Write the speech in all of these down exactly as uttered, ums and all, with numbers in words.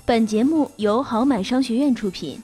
本节目由好买商学院出品。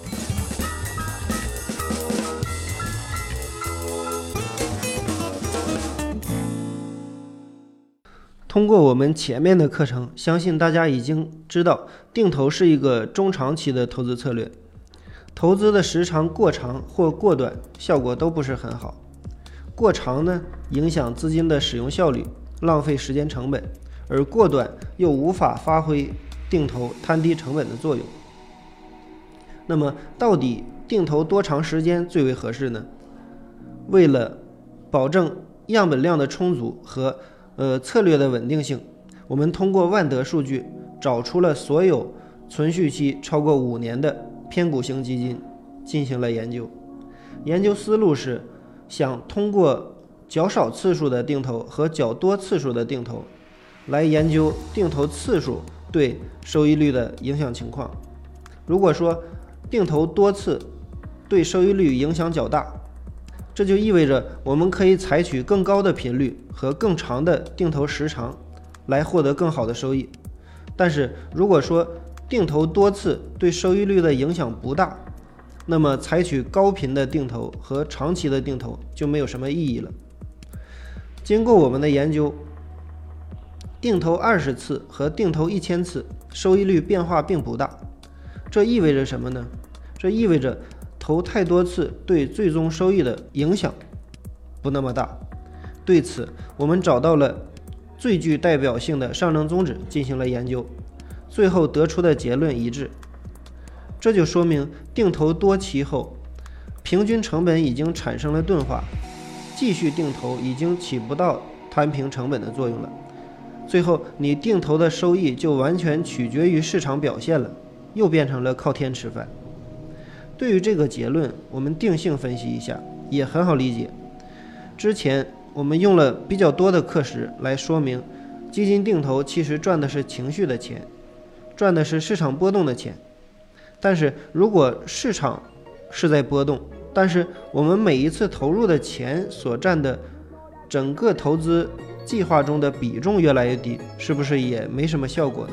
通过我们前面的课程，相信大家已经知道，定投是一个中长期的投资策略。投资的时长过长或过短，效果都不是很好。过长呢，影响资金的使用效率，浪费时间成本；而过短又无法发挥定投摊低成本的作用。那么，到底定投多长时间最为合适呢？为了保证样本量的充足和呃策略的稳定性，我们通过万得数据找出了所有存续期超过五年的偏股型基金进行了研究。研究思路是想通过较少次数的定投和较多次数的定投来研究定投次数对收益率的影响情况。如果说定投多次对收益率影响较大，这就意味着我们可以采取更高的频率和更长的定投时长来获得更好的收益。但是如果说定投多次对收益率的影响不大，那么采取高频的定投和长期的定投就没有什么意义了。经过我们的研究，定投二十次和定投一千次收益率变化并不大。这意味着什么呢？这意味着投太多次对最终收益的影响不那么大。对此，我们找到了最具代表性的上证综指进行了研究，最后得出的结论一致。这就说明定投多期后，平均成本已经产生了钝化，继续定投已经起不到摊平成本的作用了。最后你定投的收益就完全取决于市场表现了，又变成了靠天吃饭。对于这个结论，我们定性分析一下，也很好理解。之前我们用了比较多的课时来说明，基金定投其实赚的是情绪的钱，赚的是市场波动的钱。但是如果市场是在波动，但是我们每一次投入的钱所占的整个投资计划中的比重越来越低，是不是也没什么效果呢？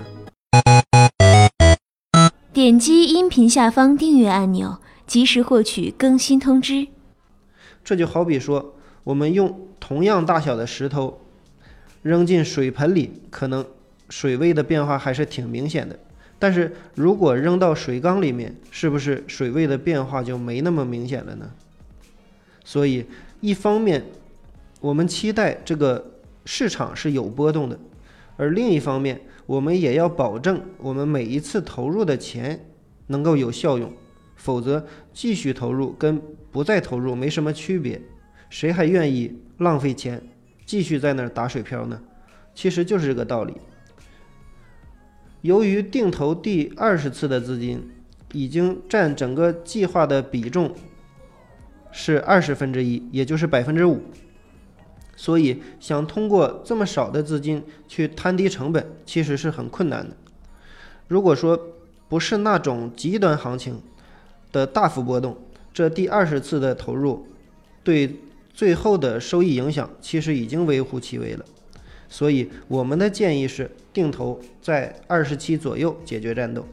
点击音频下方订阅按钮，及时获取更新通知。 这就好比说，我们用同样大小的石头扔进水盆里，可能水位的变化还是挺明显的。但是如果扔到水缸里面，是不是水位的变化就没那么明显了呢？所以一方面我们期待这个市场是有波动的，而另一方面我们也要保证我们每一次投入的钱能够有效用，否则继续投入跟不再投入没什么区别，谁还愿意浪费钱继续在那儿打水漂呢？其实就是这个道理。由于定投第二十次的资金已经占整个计划的比重是二十分之一，也就是百分之五，所以想通过这么少的资金去摊低成本，其实是很困难的。如果说不是那种极端行情的大幅波动，这第二十次的投入对最后的收益影响其实已经微乎其微了。所以我们的建议是定投在二十期左右解决战斗。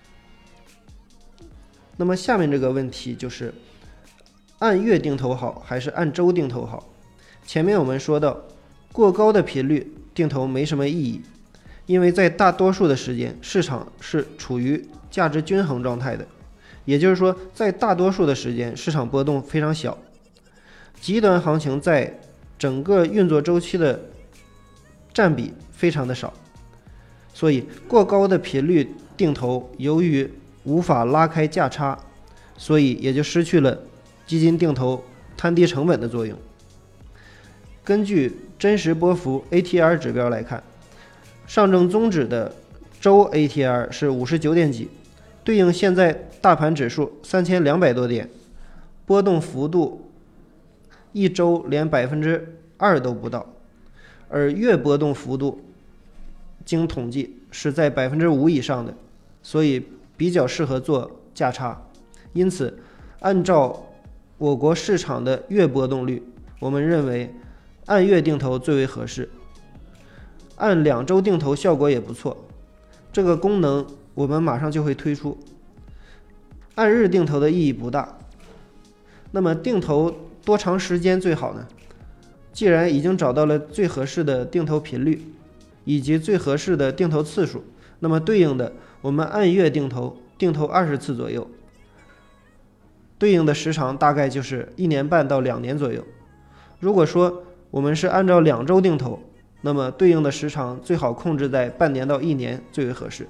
那么下面这个问题就是按月定投好还是按周定投好？前面我们说到，过高的频率定投没什么意义，因为在大多数的时间市场是处于价值均衡状态的，也就是说在大多数的时间市场波动非常小，极端行情在整个运作周期的占比非常的少，所以过高的频率定投由于无法拉开价差，所以也就失去了基金定投摊低成本的作用。根据真实波幅 A T R 指标来看，上证综指的周 A T R 是五十九点几，对应现在大盘指数三千两百多点，波动幅度一周连百分之二都不到。而月波动幅度经统计是在百分之五以上的，所以比较适合做价差。因此按照我国市场的月波动率，我们认为按月定投最为合适，按两周定投效果也不错。这个功能我们马上就会推出。按日定投的意义不大。那么定投多长时间最好呢？既然已经找到了最合适的定投频率以及最合适的定投次数，那么对应的我们按月定投，定投二十次左右，对应的时长大概就是一年半到两年左右。如果说我们是按照两周定投，那么对应的时长最好控制在半年到一年最为合适。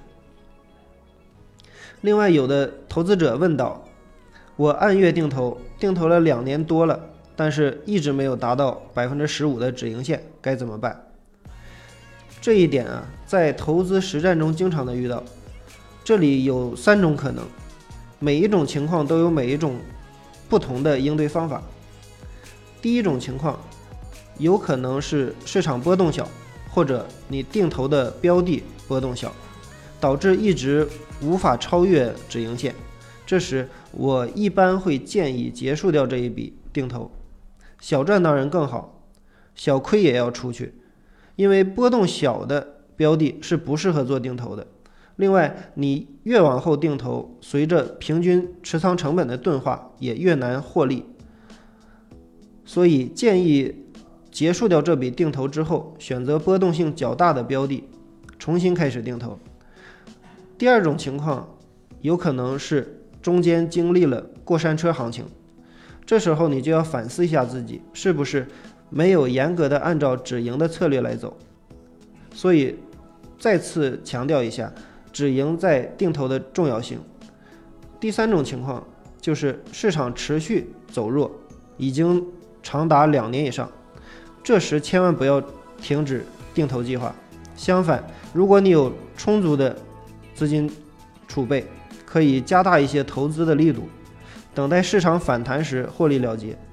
另外，有的投资者问到，我按月定投，定投了两年多了，但是一直没有达到百分之十五的止盈线，该怎么办？这一点啊，在投资实战中经常的遇到。这里有三种可能，每一种情况都有每一种不同的应对方法。第一种情况，有可能是市场波动小，或者你定投的标的波动小，导致一直无法超越止盈线。这时我一般会建议结束掉这一笔定投，小赚当然更好，小亏也要出去，因为波动小的标的是不适合做定投的。另外，你越往后定投，随着平均持仓成本的钝化，也越难获利。所以建议结束掉这笔定投之后，选择波动性较大的标的，重新开始定投。第二种情况，有可能是中间经历了过山车行情，这时候你就要反思一下自己是不是没有严格的按照止盈的策略来走。所以再次强调一下止盈在定投的重要性。第三种情况就是市场持续走弱，已经长达两年以上，这时千万不要停止定投计划。相反，如果你有充足的资金储备，可以加大一些投资的力度，等待市场反弹时获利了结。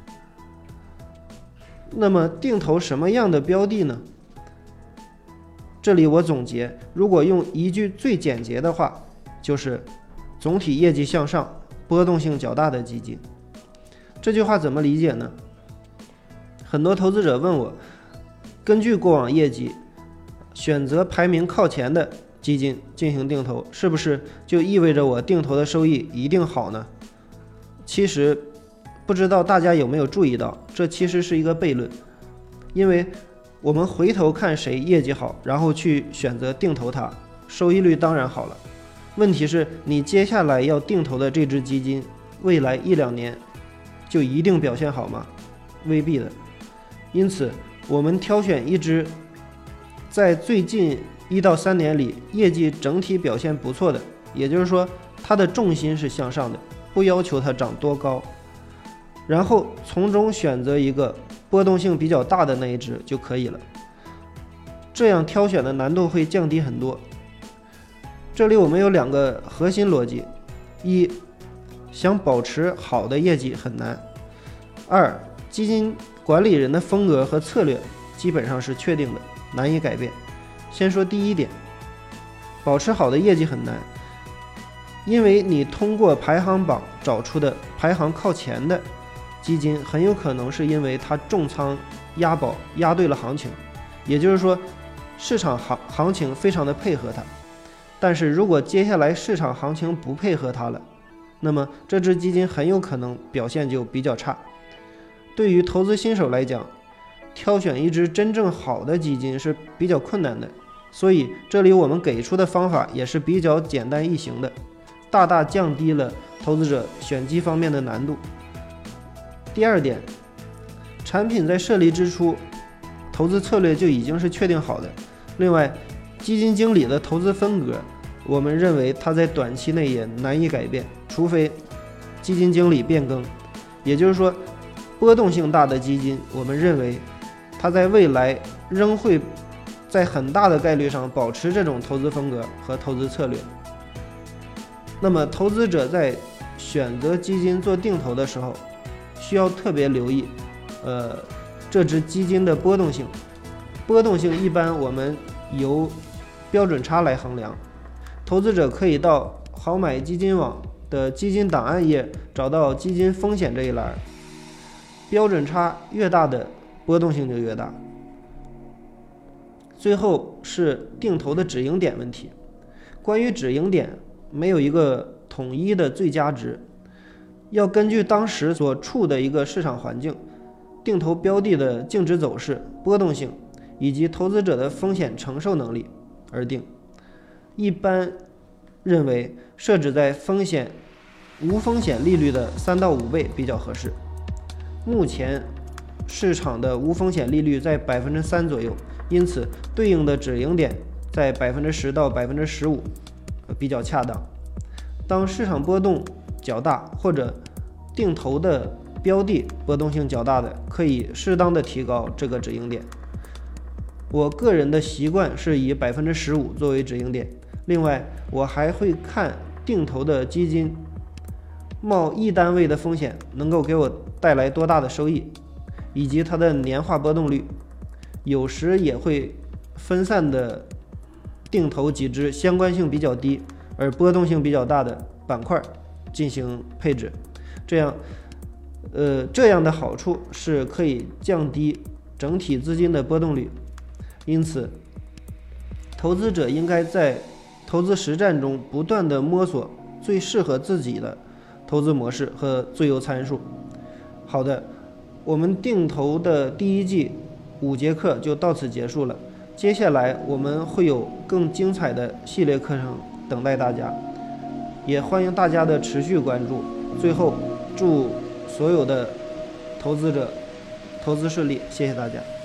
那么定投什么样的标的呢？这里我总结，如果用一句最简洁的话，就是总体业绩向上、波动性较大的基金。这句话怎么理解呢？很多投资者问我，根据过往业绩，选择排名靠前的基金进行定投，是不是就意味着我定投的收益一定好呢？其实，不知道大家有没有注意到，这其实是一个悖论。因为我们回头看谁业绩好，然后去选择定投它，收益率当然好了。问题是你接下来要定投的这只基金，未来一两年就一定表现好吗？未必的。因此，我们挑选一只在最近一到三年里业绩整体表现不错的，也就是说它的重心是向上的，不要求它涨多高，然后从中选择一个波动性比较大的那一只就可以了。这样挑选的难度会降低很多。这里我们有两个核心逻辑：一，想保持好的业绩很难；二，基金管理人的风格和策略基本上是确定的，难以改变。先说第一点，保持好的业绩很难，因为你通过排行榜找出的排行靠前的基金，很有可能是因为它重仓押宝押对了行情，也就是说市场行行情非常的配合它。但是如果接下来市场行情不配合它了，那么这只基金很有可能表现就比较差。对于投资新手来讲，挑选一只真正好的基金是比较困难的，所以这里我们给出的方法也是比较简单易行的，大大降低了投资者选基方面的难度。第二点，产品在设立之初，投资策略就已经是确定好的。另外，基金经理的投资风格，我们认为它在短期内也难以改变，除非基金经理变更。也就是说，波动性大的基金，我们认为它在未来仍会在很大的概率上保持这种投资风格和投资策略。那么投资者在选择基金做定投的时候，需要特别留意呃，这只基金的波动性。波动性一般我们由标准差来衡量，投资者可以到好买基金网的基金档案页找到基金风险这一栏，标准差越大的波动性就越大。最后是定投的止盈点问题。 关于止盈点，没有一个统一的最佳值，要根据当时所处的一个市场环境、定投标的的净值走势、波动性以及投资者的风险承受能力而定。一般认为设置在风险无风险利率的三到五倍比较合适。目前市场的无风险利率在百分之三左右，因此对应的止盈点在百分之十到百分之十五比较恰当。当市场波动较大或者定投的标的波动性较大的，可以适当的提高这个止盈点。我个人的习惯是以百分之十五作为止盈点，另外我还会看定投的基金冒一单位的风险能够给我带来多大的收益，以及它的年化波动率。有时也会分散的定投几只相关性比较低而波动性比较大的板块进行配置，这样呃，这样的好处是可以降低整体资金的波动率。因此投资者应该在投资实战中不断的摸索最适合自己的投资模式和最优参数。好的，我们定投的第一季五节课就到此结束了，接下来我们会有更精彩的系列课程等待大家，也欢迎大家的持续关注。最后祝所有的投资者投资顺利，谢谢大家。